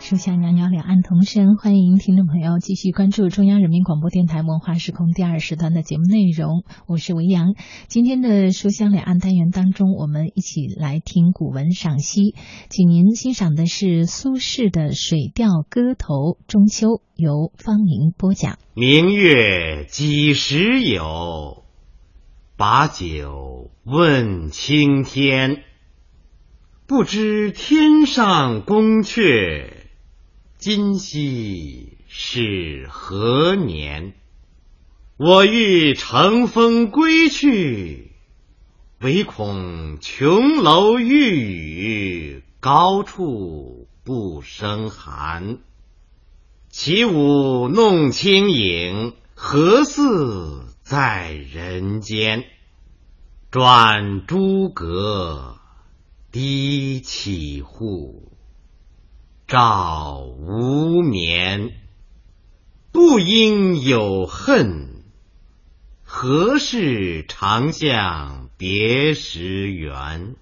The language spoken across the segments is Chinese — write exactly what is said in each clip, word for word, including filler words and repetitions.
书香袅袅两岸同声，欢迎听众朋友继续关注中央人民广播电台文化时空第二时段的节目内容，我是维扬。今天的书香两岸单元当中，我们一起来听古文赏析，请您欣赏的是苏轼的《水调歌头·中秋》，由方明播讲。 明月几时有？把酒问青天。不知天上宫阙，今夕是何年？我欲乘风归去，唯恐琼楼玉宇，高处不胜寒。起舞弄清影，何似在人间？转朱阁，低绮户，照无眠。不应有恨，何事长向别时圆？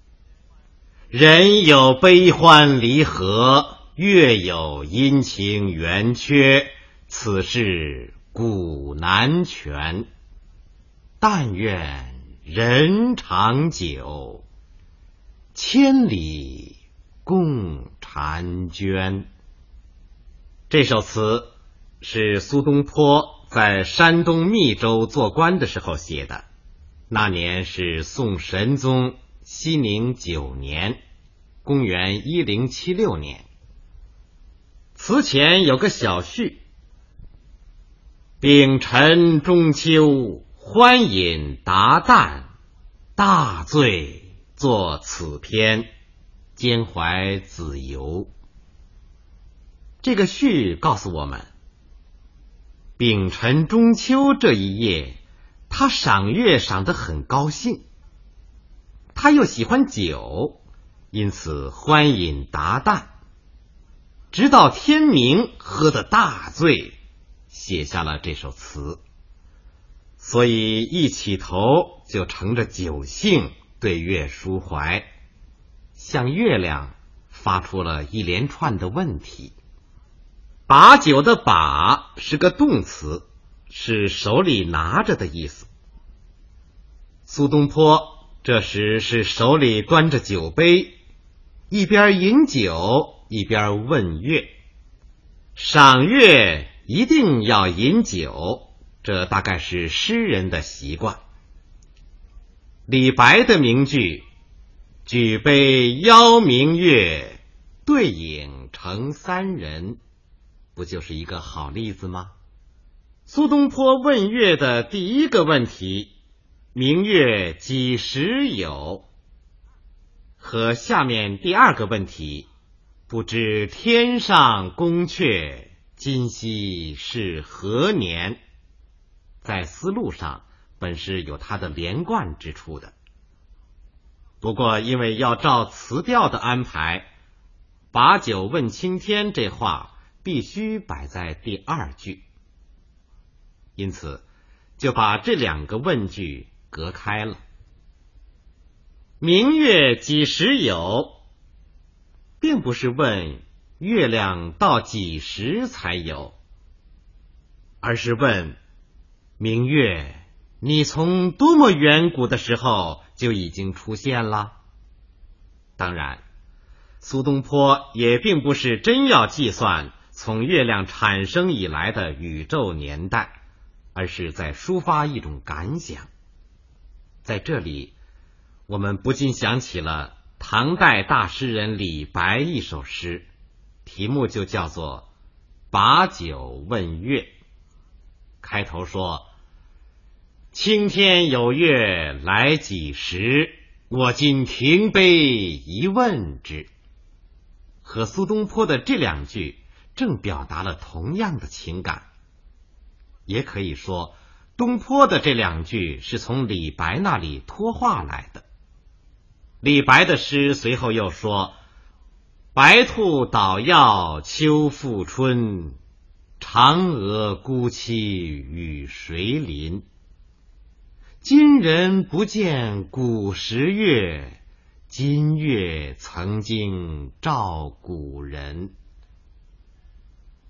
人有悲欢离合，月有阴晴圆缺，此事古难全。但愿人长久，千里共婵娟。这首词是苏东坡在山东密州做官的时候写的，那年是宋神宗熙宁九年，公元一零七六年。词前有个小序：丙辰中秋，欢饮达旦，大醉作此篇，兼怀子由。这个序告诉我们，丙辰中秋这一夜，他赏月赏得很高兴，他又喜欢酒，因此欢饮达旦，直到天明喝得大醉，写下了这首词。所以一起头就乘着酒兴对月抒怀，向月亮发出了一连串的问题。把酒的把是个动词，是手里拿着的意思。苏东坡这时是手里端着酒杯，一边饮酒一边问月。赏月一定要饮酒，这大概是诗人的习惯。李白的名句举杯邀明月，对影成三人，不就是一个好例子吗？苏东坡问月的第一个问题，明月几时有，和下面第二个问题，不知天上宫阙，今夕是何年，在思路上本是有它的连贯之处的。不过因为要照词调的安排，把酒问青天这话必须摆在第二句，因此就把这两个问句隔开了。明月几时有，并不是问月亮到几时才有，而是问明月，你从多么远古的时候就已经出现了？当然，苏东坡也并不是真要计算从月亮产生以来的宇宙年代，而是在抒发一种感想。在这里，我们不禁想起了唐代大诗人李白一首诗，题目就叫做《把酒问月》。开头说：青天有月来几时，我今停杯一问之。和苏东坡的这两句正表达了同样的情感。也可以说，东坡的这两句是从李白那里托话来的。李白的诗随后又说：白兔捣药秋复春，嫦娥孤栖与谁邻。今人不见古时月，今月曾经照古人。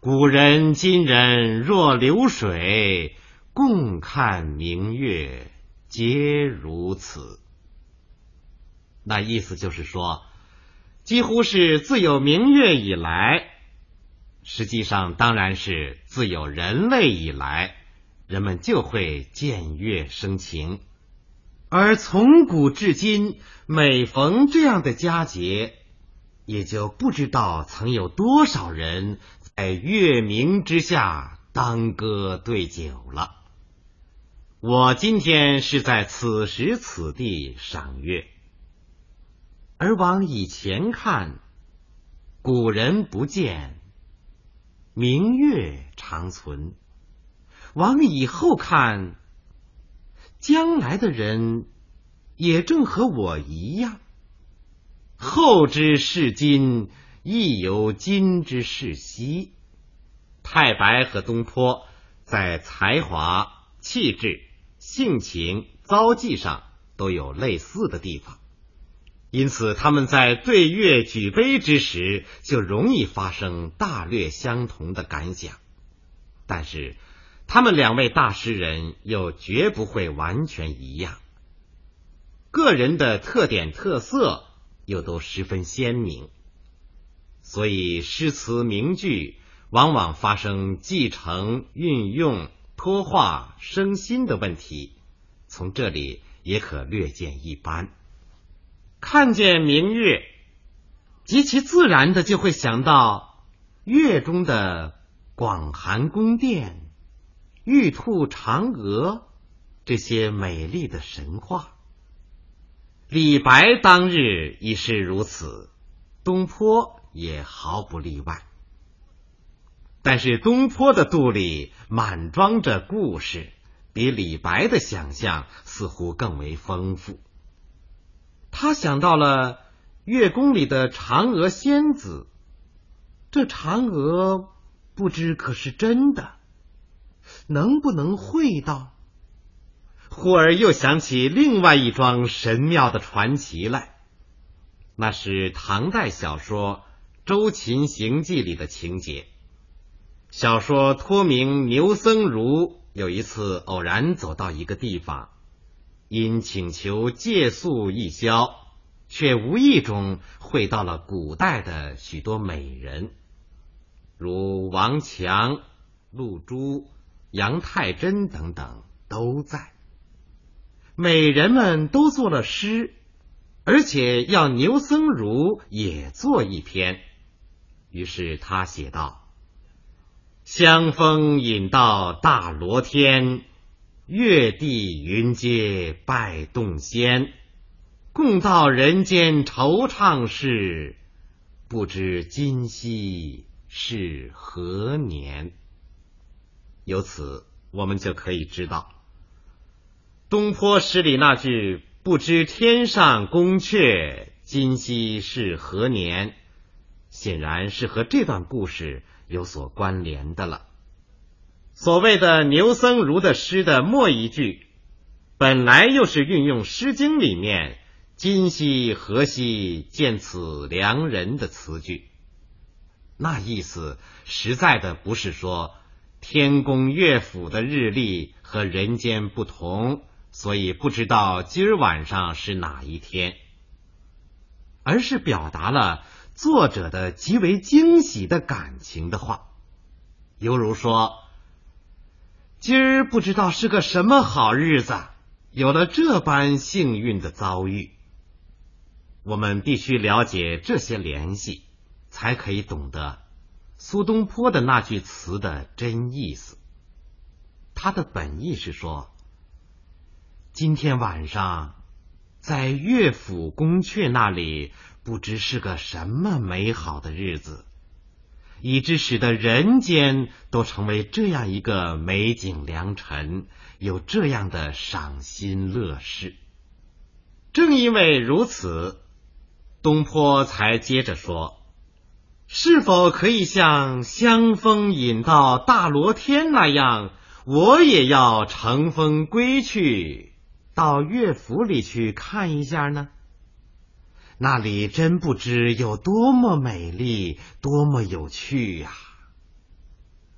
古人今人若流水，共看明月皆如此。那意思就是说，几乎是自有明月以来，实际上当然是自有人类以来，人们就会见月生情。而从古至今，每逢这样的佳节，也就不知道曾有多少人在月明之下当歌对酒了。我今天是在此时此地赏月，而往以前看，古人不见，明月长存；往以后看，将来的人也正和我一样，后之视今，亦犹今之视昔。太白和东坡在才华、气质、性情、遭际上都有类似的地方，因此他们在对月举杯之时，就容易发生大略相同的感想。但是他们两位大诗人又绝不会完全一样，个人的特点特色又都十分鲜明，所以诗词名句往往发生继承、运用、脱化、生新的问题，从这里也可略见一斑。看见明月，极其自然的就会想到月中的广寒宫殿、玉兔嫦娥这些美丽的神话。李白当日已是如此，东坡也毫不例外。但是东坡的肚里满装着故事，比李白的想象似乎更为丰富。他想到了月宫里的嫦娥仙子，这嫦娥不知可是真的，能不能会道？忽而又想起另外一桩神妙的传奇来，那是唐代小说《周秦行记》里的情节。小说托名牛僧孺有一次偶然走到一个地方，因请求借宿一宵，却无意中会到了古代的许多美人，如王强、陆珠、杨太真等等都在。美人们都作了诗，而且要牛僧孺也作一篇。于是他写道：香风引到大罗天，月地云阶拜洞仙。共道人间惆怅事，不知今夕是何年。由此我们就可以知道，东坡诗里那句不知天上宫阙，今夕是何年，显然是和这段故事有所关联的了。所谓的牛僧孺的诗的末一句，本来又是运用《诗经》里面今夕何夕见此良人的词句，那意思实在的不是说天宫乐府的日历和人间不同，所以不知道今儿晚上是哪一天，而是表达了作者的极为惊喜的感情的话，犹如说，今儿不知道是个什么好日子，有了这般幸运的遭遇。我们必须了解这些联系，才可以懂得苏东坡的那句词的真意思。他的本意是说，今天晚上在乐府宫阙那里，不知是个什么美好的日子，以致使得人间都成为这样一个美景良辰，有这样的赏心乐事。正因为如此，东坡才接着说，是否可以像香风引到大罗天那样，我也要乘风归去，到乐府里去看一下呢？那里真不知有多么美丽，多么有趣呀！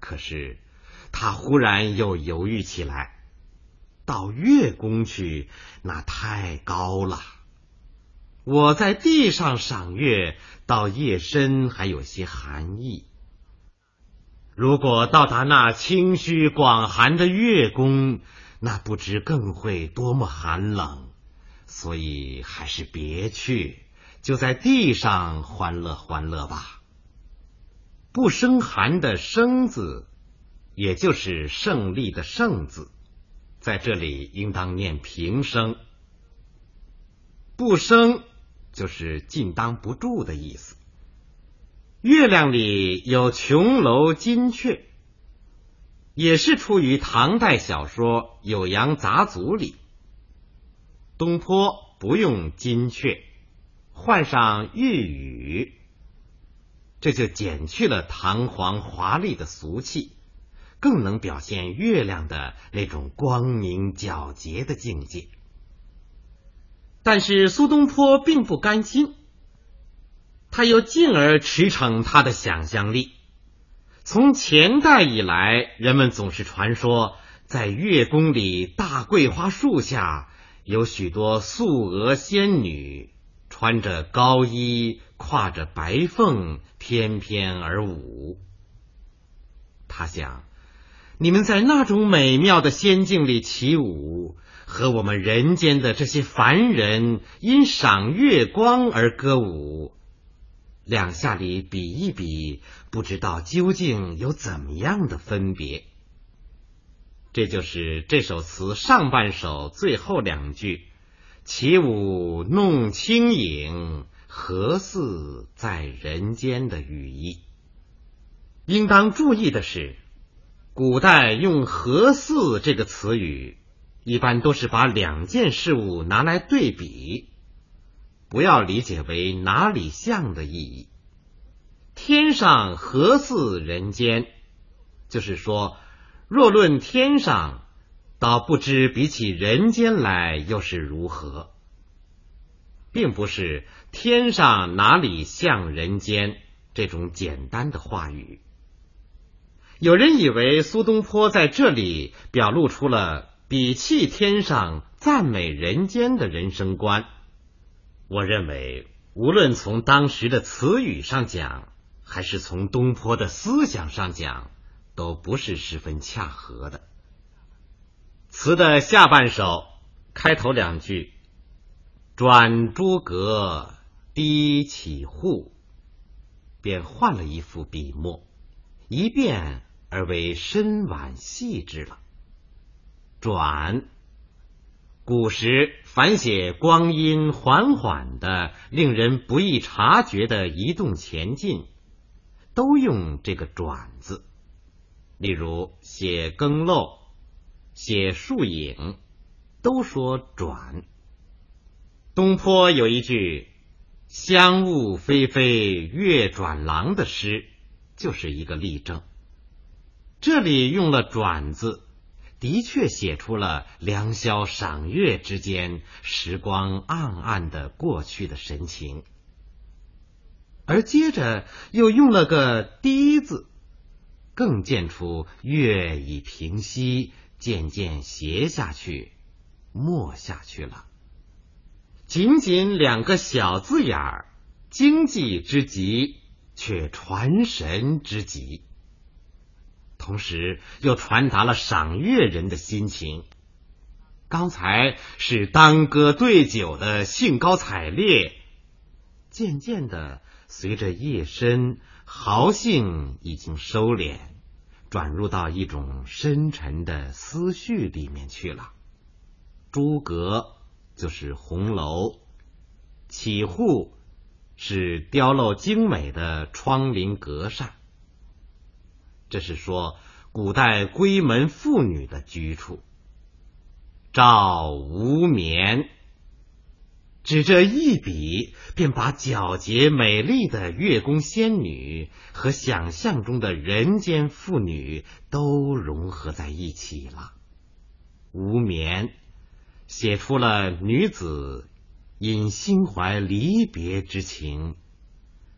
可是他忽然又犹豫起来，到月宫去那太高了，我在地上赏月，到夜深还有些寒意，如果到达那清虚广寒的月宫，那不知更会多么寒冷，所以还是别去，就在地上欢乐欢乐吧。不生寒的生字，也就是胜利的胜字，在这里应当念平声。不生就是尽当不住的意思。月亮里有琼楼金阙，也是出于唐代小说《酉阳杂俎》里。东坡不用金阙，换上玉宇，这就减去了堂皇华丽的俗气，更能表现月亮的那种光明皎洁的境界。但是苏东坡并不甘心，他又进而驰骋他的想象力。从前代以来，人们总是传说在月宫里大桂花树下有许多素娥仙女，穿着高衣，挎着白凤，翩翩而舞。他想，你们在那种美妙的仙境里起舞，和我们人间的这些凡人因赏月光而歌舞，两下里比一比，不知道究竟有怎么样的分别。这就是这首词上半首最后两句，起舞弄清影，何似在人间的语意。应当注意的是，古代用何似这个词语，一般都是把两件事物拿来对比，不要理解为哪里像的意义。天上何似人间，就是说若论天上，倒不知比起人间来又是如何，并不是天上哪里像人间这种简单的话语。有人以为苏东坡在这里表露出了比弃天上赞美人间的人生观，我认为无论从当时的词语上讲，还是从东坡的思想上讲，都不是十分恰合的。词的下半首开头两句，转朱阁，低绮户，便换了一副笔墨，一变而为深婉细致了。转，古时凡写光阴缓缓的，令人不易察觉的移动前进，都用这个转字。例如写更漏，写树影，都说转。东坡有一句香雾霏霏月转廊的诗，就是一个例证。这里用了转字，的确写出了良宵赏月之间时光暗暗的过去的神情。而接着又用了个低字，更见出月已平息，渐渐斜下去，没下去了。仅仅两个小字眼儿，经济之极，却传神之极，同时又传达了赏月人的心情。刚才是当歌对酒的兴高采烈，渐渐的随着夜深，豪兴已经收敛，转入到一种深沉的思绪里面去了。朱阁就是红楼，绮户是雕镂精美的窗棂格扇，这是说古代闺门妇女的居处。照无眠，只这一笔，便把皎洁美丽的月宫仙女和想象中的人间妇女都融合在一起了。无眠写出了女子因心怀离别之情，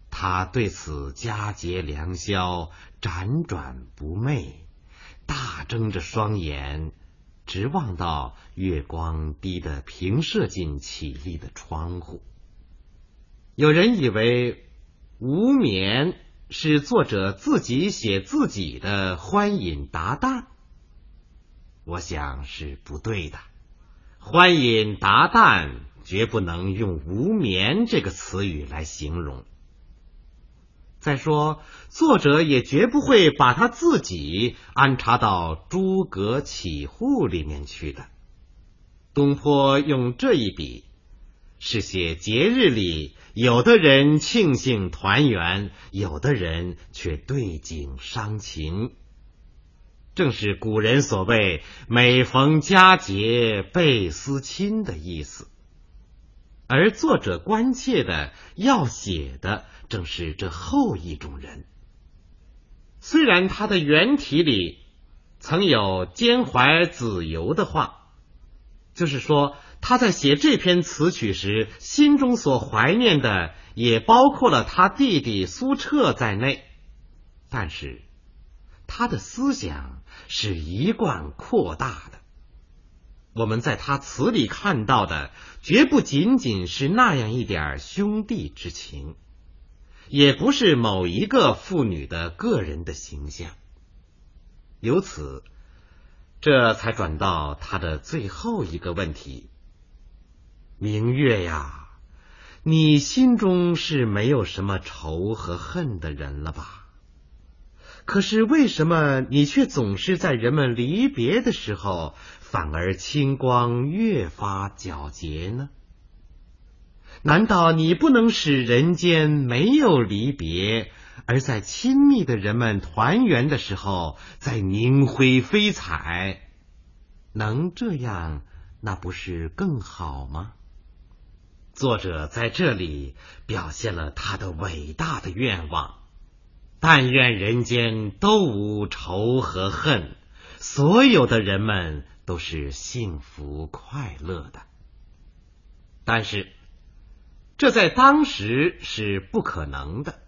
他对此佳节良宵，辗转不寐，大睁着双眼，直望到月光低得平射进绮丽的窗户。有人以为无眠是作者自己写自己的欢饮达旦，我想是不对的。欢饮达旦绝不能用无眠这个词语来形容。再说，作者也绝不会把他自己安插到诸葛启户里面去的。东坡用这一笔，是写节日里有的人庆幸团圆，有的人却对景伤情，正是古人所谓每逢佳节倍思亲的意思。而作者关切的要写的正是这后一种人。虽然他的原题里曾有兼怀子由的话，就是说他在写这篇词曲时，心中所怀念的也包括了他弟弟苏辙在内，但是他的思想是一贯扩大的。我们在他词里看到的绝不仅仅是那样一点兄弟之情，也不是某一个妇女的个人的形象。由此，这才转到他的最后一个问题：明月呀，你心中是没有什么仇和恨的人了吧？可是为什么你却总是在人们离别的时候，反而清光越发皎洁呢？难道你不能使人间没有离别，而在亲密的人们团圆的时候再凝辉飞彩？能这样，那不是更好吗？作者在这里表现了他的伟大的愿望，但愿人间都无仇和恨，所有的人们都是幸福快乐的。但是这在当时是不可能的。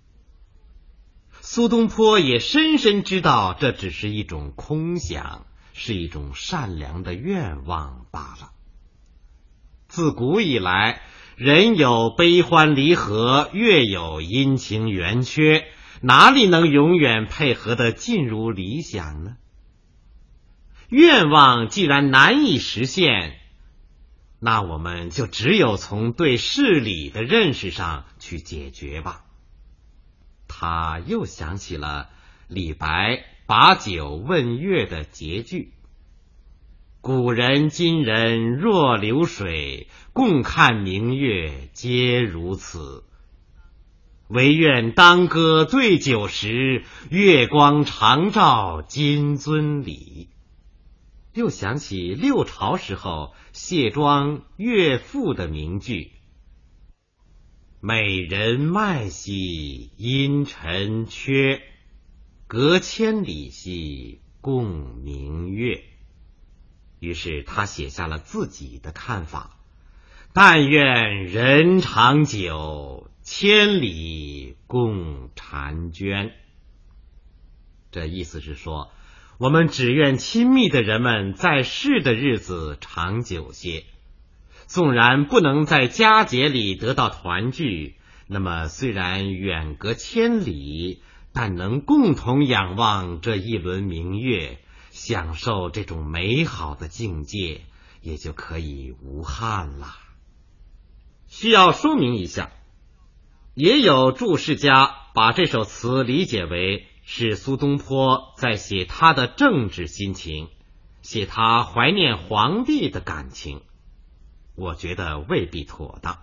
苏东坡也深深知道这只是一种空想，是一种善良的愿望罢了。自古以来，人有悲欢离合，月有阴晴圆缺，哪里能永远配合得尽如理想呢？愿望既然难以实现，那我们就只有从对事理的认识上去解决吧。他又想起了李白把酒问月的结句：古人今人若流水，共看明月皆如此。唯愿当歌对酒时，月光长照金樽里。又想起六朝时候谢庄岳父的名句：美人脉兮因尘缺，隔千里兮共明月。于是他写下了自己的看法：但愿人长久，千里共婵娟。这意思是说，我们只愿亲密的人们在世的日子长久些，纵然不能在佳节里得到团聚，那么虽然远隔千里，但能共同仰望这一轮明月，享受这种美好的境界，也就可以无憾了。需要说明一下，也有注释家把这首词理解为是苏东坡在写他的政治心情，写他怀念皇帝的感情，我觉得未必妥当。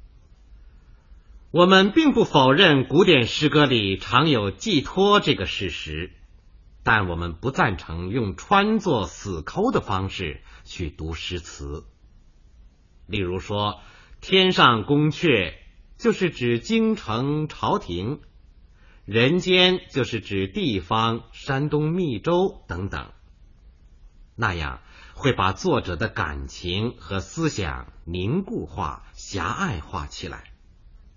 我们并不否认古典诗歌里常有寄托这个事实，但我们不赞成用穿作死抠的方式去读诗词。例如说，天上宫阙就是指京城朝廷，人间就是指地方山东密州等等，那样会把作者的感情和思想凝固化、狭隘化起来。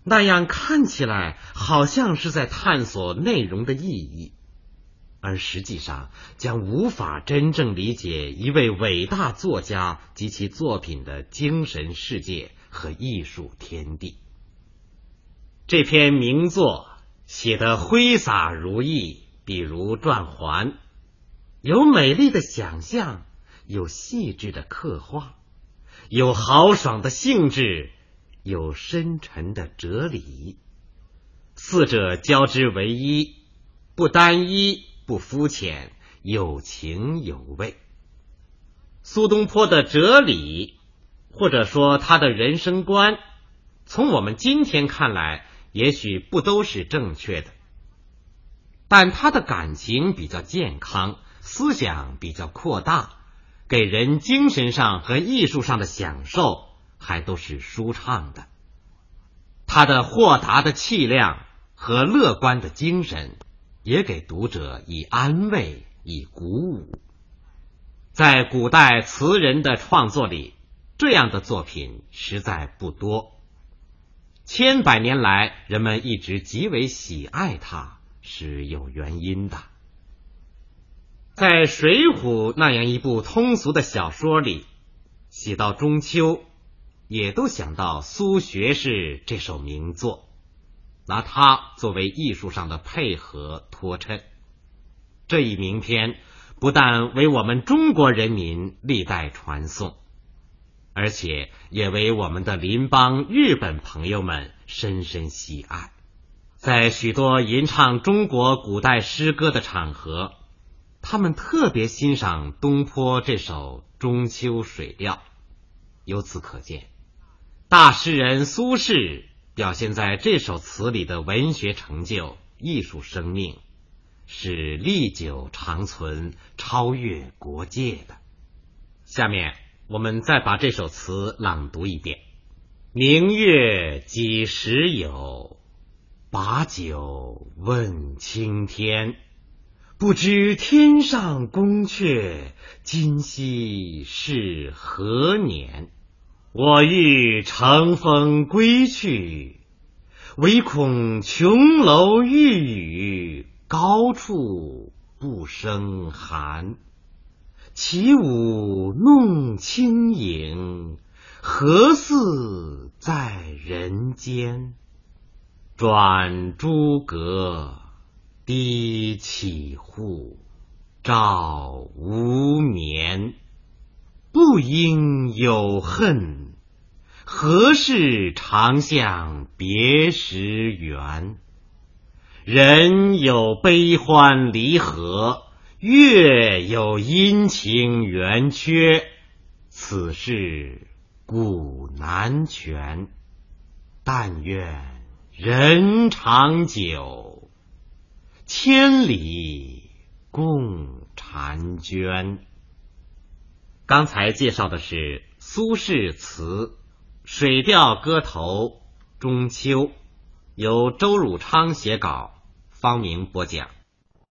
那样看起来好像是在探索内容的意义，而实际上将无法真正理解一位伟大作家及其作品的精神世界和艺术天地。这篇名作写得挥洒如意，比如转环，有美丽的想象，有细致的刻画，有豪爽的兴致，有深沉的哲理，四者交织为一，不单一，不肤浅，有情有味。苏东坡的哲理，或者说他的人生观，从我们今天看来也许不都是正确的，但他的感情比较健康，思想比较扩大，给人精神上和艺术上的享受还都是舒畅的。他的豁达的气量和乐观的精神也给读者以安慰，以鼓舞。在古代词人的创作里，这样的作品实在不多，千百年来人们一直极为喜爱它，是有原因的。在《水浒》那样一部通俗的小说里，写到中秋，也都想到苏学士这首名作，拿它作为艺术上的配合托衬。这一名篇不但为我们中国人民历代传颂，而且也为我们的邻邦日本朋友们深深喜爱。在许多吟唱中国古代诗歌的场合，他们特别欣赏东坡这首《中秋水调》。由此可见，大诗人苏轼表现在这首词里的文学成就、艺术生命，是历久长存、超越国界的。下面我们再把这首词朗读一遍。明月几时有，把酒问青天。不知天上宫阙，今夕是何年？我欲乘风归去，唯恐琼楼玉宇，高处不胜寒。起舞弄清影，何似在人间？转朱阁，低绮户，照无眠。不应有恨，何事长向别时圆？人有悲欢离合，月有阴晴圆缺，此事古难全。但愿人长久，千里共婵娟。刚才介绍的是苏轼词《水调歌头·中秋》，由周汝昌写稿，方明播讲。